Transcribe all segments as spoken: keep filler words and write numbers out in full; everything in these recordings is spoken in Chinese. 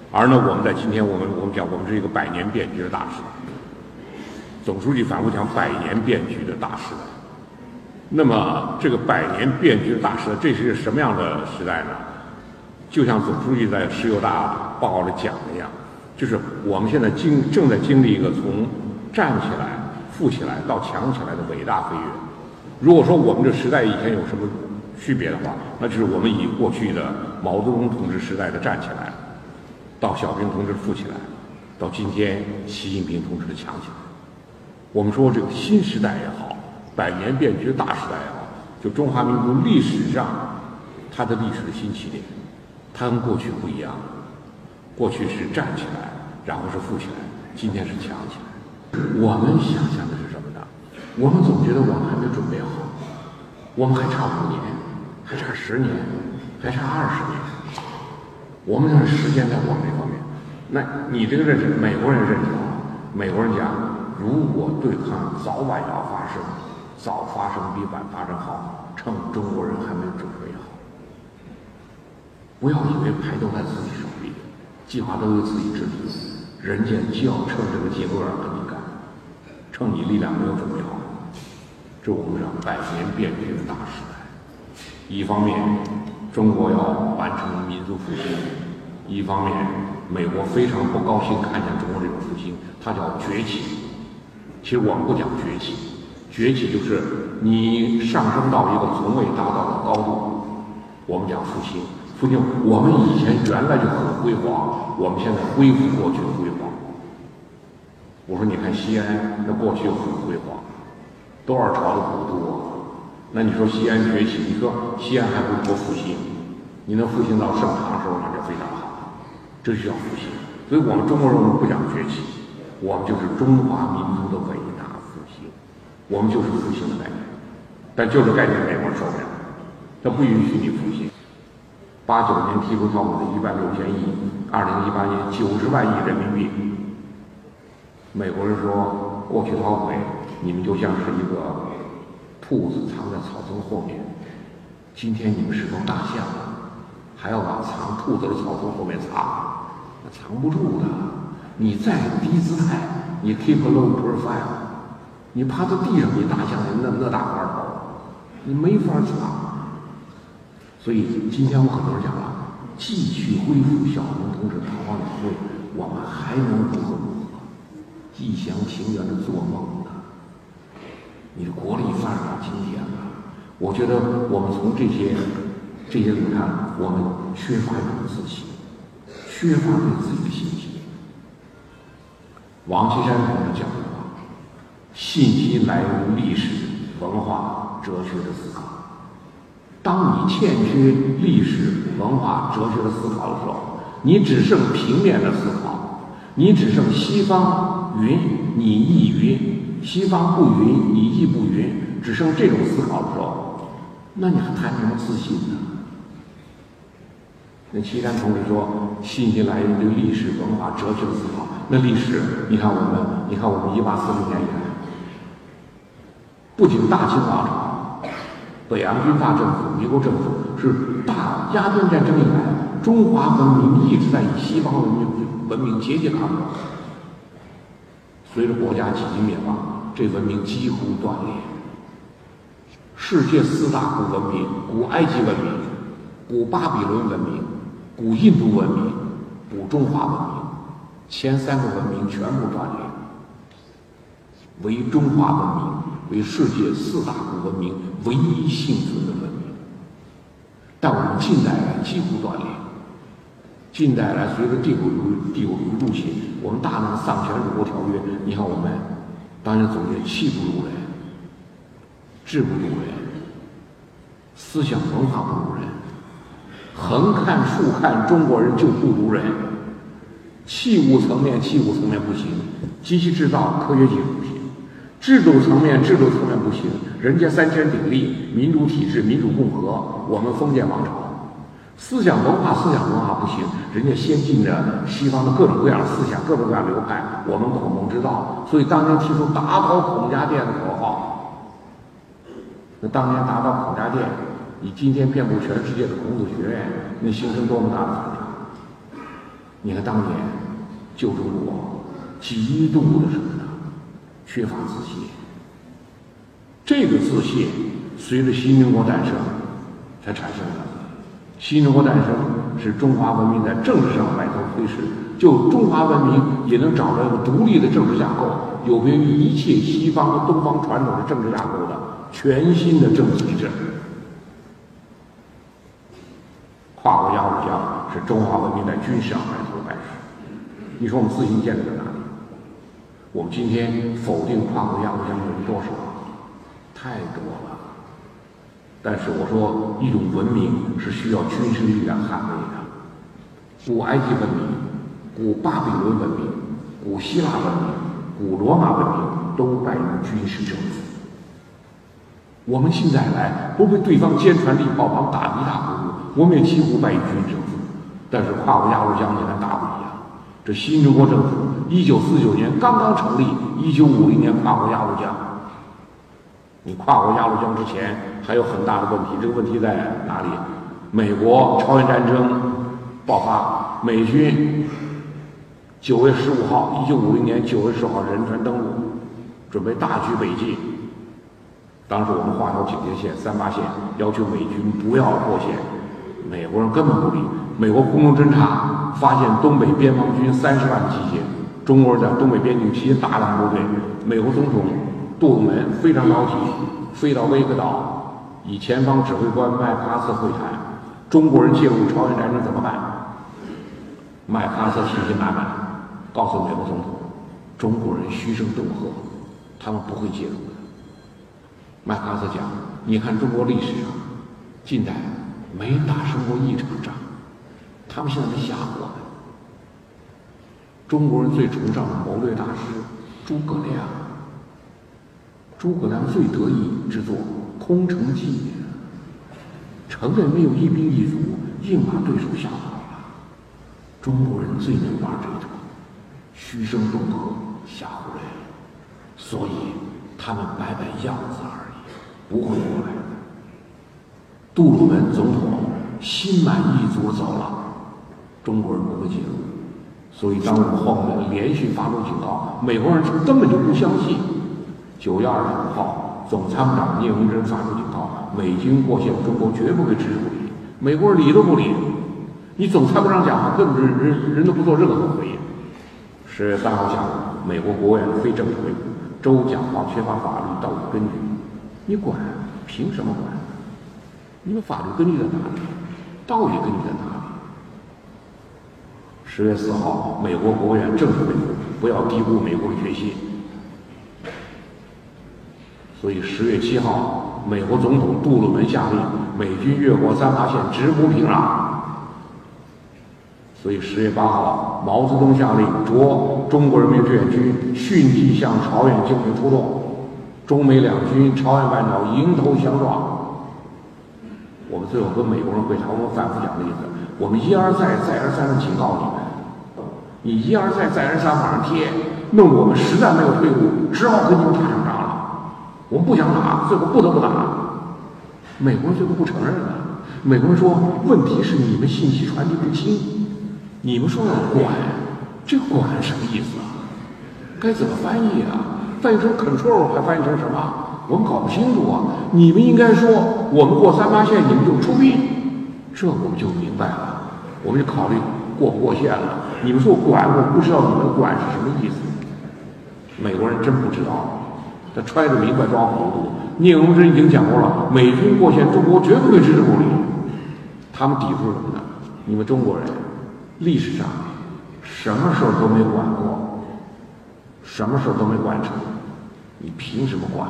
而呢，我们在今天，我们我们讲，我们是一个百年变局的大时代。总书记反复讲百年变局的大时代。那么，这个百年变局的大时代，这是什么样的时代呢？就像总书记在十九大报告里讲的一样，就是我们现在经正在经历一个从站起来、富起来到强起来的伟大飞跃。如果说我们这时代以前有什么区别的话，那就是我们以过去的毛泽东同志时代的站起来，到小平同志富起来，到今天习近平同志的强起来。我们说这个新时代也好，百年变局的大时代也好，就中华民族历史上它的历史的新起点，它跟过去不一样。过去是站起来，然后是富起来，今天是强起来。我们想象的是什么呢？我们总觉得我们还没准备好，我们还差五年，还差十年，还差二十年。我们的时间在我们这方面。那你这个认识，美国人认识到，美国人讲，如果对抗早晚要发生，早发生比晚发生好，趁中国人还没准备好。不要以为牌都在自己手里，计划都由自己制定，人家就要趁这个节骨眼跟你干，趁你力量没有准备好。这我们讲百年变局的大时代。一方面，中国要完成民族复兴；一方面，美国非常不高兴看见中国这种复兴，它叫崛起。其实我们不讲崛起，崛起就是你上升到一个从未达到的高度。我们讲复兴。复兴，我们以前原来就很辉煌，我们现在恢复过去的辉煌。我说，你看西安，那过去很辉煌，多少朝的古都啊！那你说西安崛起，你说西安还不多复兴？你能复兴到盛唐时候，那就非常好，这就叫复兴。所以我们中国人不讲崛起，我们就是中华民族的伟大复兴，我们就是复兴的概念。但就这概念，美国人受不了，他不允许你复兴。八九年提出条款的一万六千亿，二零一八年九十万亿人民币。美国人说，过去讨回，你们就像是一个兔子藏在草丛后面，今天你们是头大象，还要把藏兔子的草丛后面藏，那藏不住的。你再低姿态，你 keep a low profile， 你趴在地上，你大象那那大块头，你没法藏。所以今天我很多人讲了，继续恢复小平同志逃亡两会，我们还能如何如何？一厢情愿的做梦呢？你的国力发展到今天了，我觉得我们从这些这些你看，我们缺乏一种自信，缺乏对自己的信心。王岐山同志讲的话，信息来源于历史、文化、哲学的思考。当你欠缺历史、文化、哲学的思考的时候，你只剩平面的思考，你只剩西方云你亦云，西方不云你亦不云，只剩这种思考的时候，那你还谈什么自信呢？那岐山同志说，信息来源于历史、文化、哲学的思考。那历史，你看我们，你看我们一八四零年以来，不仅大清王朝。北洋军阀政府、民国政府是大鸦片战争以来，中华文明一直在与西方文明文明节节抗争。随着国家几经灭亡，这文明几乎断裂。世界四大古文明：古埃及文明、古巴比伦文明、古印度文明、古中华文明，前三个文明全部断裂，唯中华文明为世界四大古文明唯一幸存的文明。但我们近代来几乎断裂。近代来随着帝国主帝国主义入侵，我们大量丧权辱国条约，你看我们当年总结气不如人，志不如人，思想文化不如人，横看竖看中国人就不如人。器物层面器物层面不行，机器制造科学技术不行，制度层面制度层面不行，人家三权鼎立，民主体制民主共和，我们封建王朝。思想文化思想文化不行，人家先进的西方的各种各样的思想各种各样的流派，我们孔孟之道。所以当年提出打倒孔家店的口号，那当年打倒孔家店，以今天遍布全世界的孔子学院，那形成多么大的反差。 你看当年旧中国极度的什么呢？缺乏自信。这个自信随着新中国诞生才产生的。新中国诞生使中华文明在政治上摆脱颓势，就中华文明也能找到一个独立的政治架构，有别于一切西方和东方传统的政治架构的全新的政治体制。跨国压武将是中华文明在军事上摆脱的败势。你说我们自信建立在哪里？我们今天否定跨国压武将的人多少？太多了。但是我说，一种文明是需要军事力量捍卫的。古埃及文明、古巴比伦文明、古希腊文明、古罗马文明都败于军事政府。我们现在来不被对方坚船利炮网打得一塌糊涂，我们也几乎败于军事政府。但是跨国压武将你看打不一样。这新中国政府一九四九年刚刚成立，一九五零年跨国压武将。你跨国压武将之前还有很大的问题，这个问题在哪里？美国朝鲜战争爆发，美军九月十五号，一九五零年九月十号仁川登陆，准备大举北进。当时我们画条警戒线，三八线，要求美军不要过线。美国人根本不理。美国空中侦察发现东北边防军三十万的集结，中国人在东北边境集结大量部队。美国总统杜鲁门非常着急，飞到威克岛，与前方指挥官麦克阿瑟会谈。中国人介入朝鲜战争怎么办？麦克阿瑟信心满满，告诉美国总统，中国人嘘声恫吓，他们不会介入的。麦克阿瑟讲，你看中国历史上近代没打胜过一场仗，他们现在在吓唬我们。中国人最崇尚的谋略大师诸葛亮，诸葛亮最得意之作《空城计》，承认没有一兵一卒，硬把对手吓跑了。中国人最能玩这一套，嘘声恫吓，吓唬人，所以他们摆摆样子而已，不会过来的。杜鲁门总统心满意足走了，中国人不会介入。所以当我们后面连续发出警告，美国人根本就不相信。九月二十五号，总参谋长聂荣臻发出警告，美军过线，中国绝不会置之不理。美国人理都不理，你总参谋长讲话，根本人人人都不做任何回应。十月三号下午，美国国务院非正式会晤，周讲话缺乏法律道德根据，你管？凭什么管？你们法律根据在哪里？道义根据在哪里？十月四号，美国国务院正式会晤，不要低估美国的决心。所以十月七号，美国总统杜鲁门下令美军越过三八线，直扑平壤。所以十月八号，毛泽东下令着中国人民志愿军迅即向朝鲜进行出动，中美两军朝鲜半岛迎头相撞。我们最后跟美国人会谈，我们反复讲的意思，我们一而再再而三的警告你们，你一而再再而三往上贴，弄得我们实在没有退路，只好跟你们打上仗了。我们不想打，最后不得不打。美国人最后不承认了。美国人说，问题是你们信息传递不清，你们说要管，这管什么意思啊？该怎么翻译啊？翻译成 control 还翻译成什么？我们搞不清楚啊。你们应该说，我们过三八线，你们就出兵，这我们就明白了。我们就考虑过不过线了。你们说管，我不知道你们管是什么意思。美国人真不知道。他揣着明白装糊涂。聂荣臻已经讲过了，美军过线，中国绝不会置之不理。他们抵触什么呢？你们中国人历史上什么事儿都没管过，什么事儿都没管成，你凭什么管？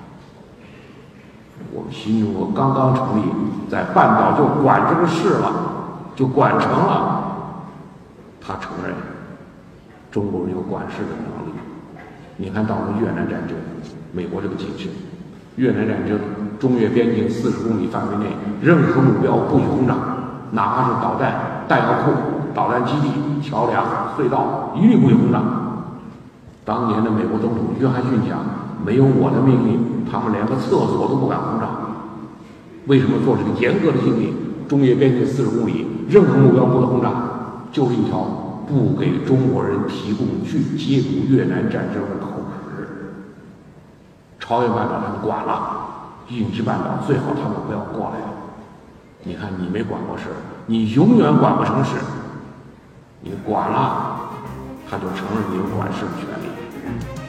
我们新中国刚刚成立，在半岛就管这个事了，就管成了。他承认中国人有管事的能力。你看到了越南战争，美国这个谨慎。越南战争，中越边境四十公里范围内，任何目标不许轰炸，哪怕是导弹、弹药库、导弹基地、桥梁、隧道，一律不许轰炸。当年的美国总统约翰逊讲，没有我的命令，他们连个厕所都不敢轰炸。为什么做这个严格的禁令？中越边境四十公里，任何目标不得轰炸，就是一条不给中国人提供去接触越南战争的口实。朝鲜半岛他们管了，印支半岛最好他们不要过来。你看你没管过事，你永远管不成事。你管了，他就承认你有管事的权利。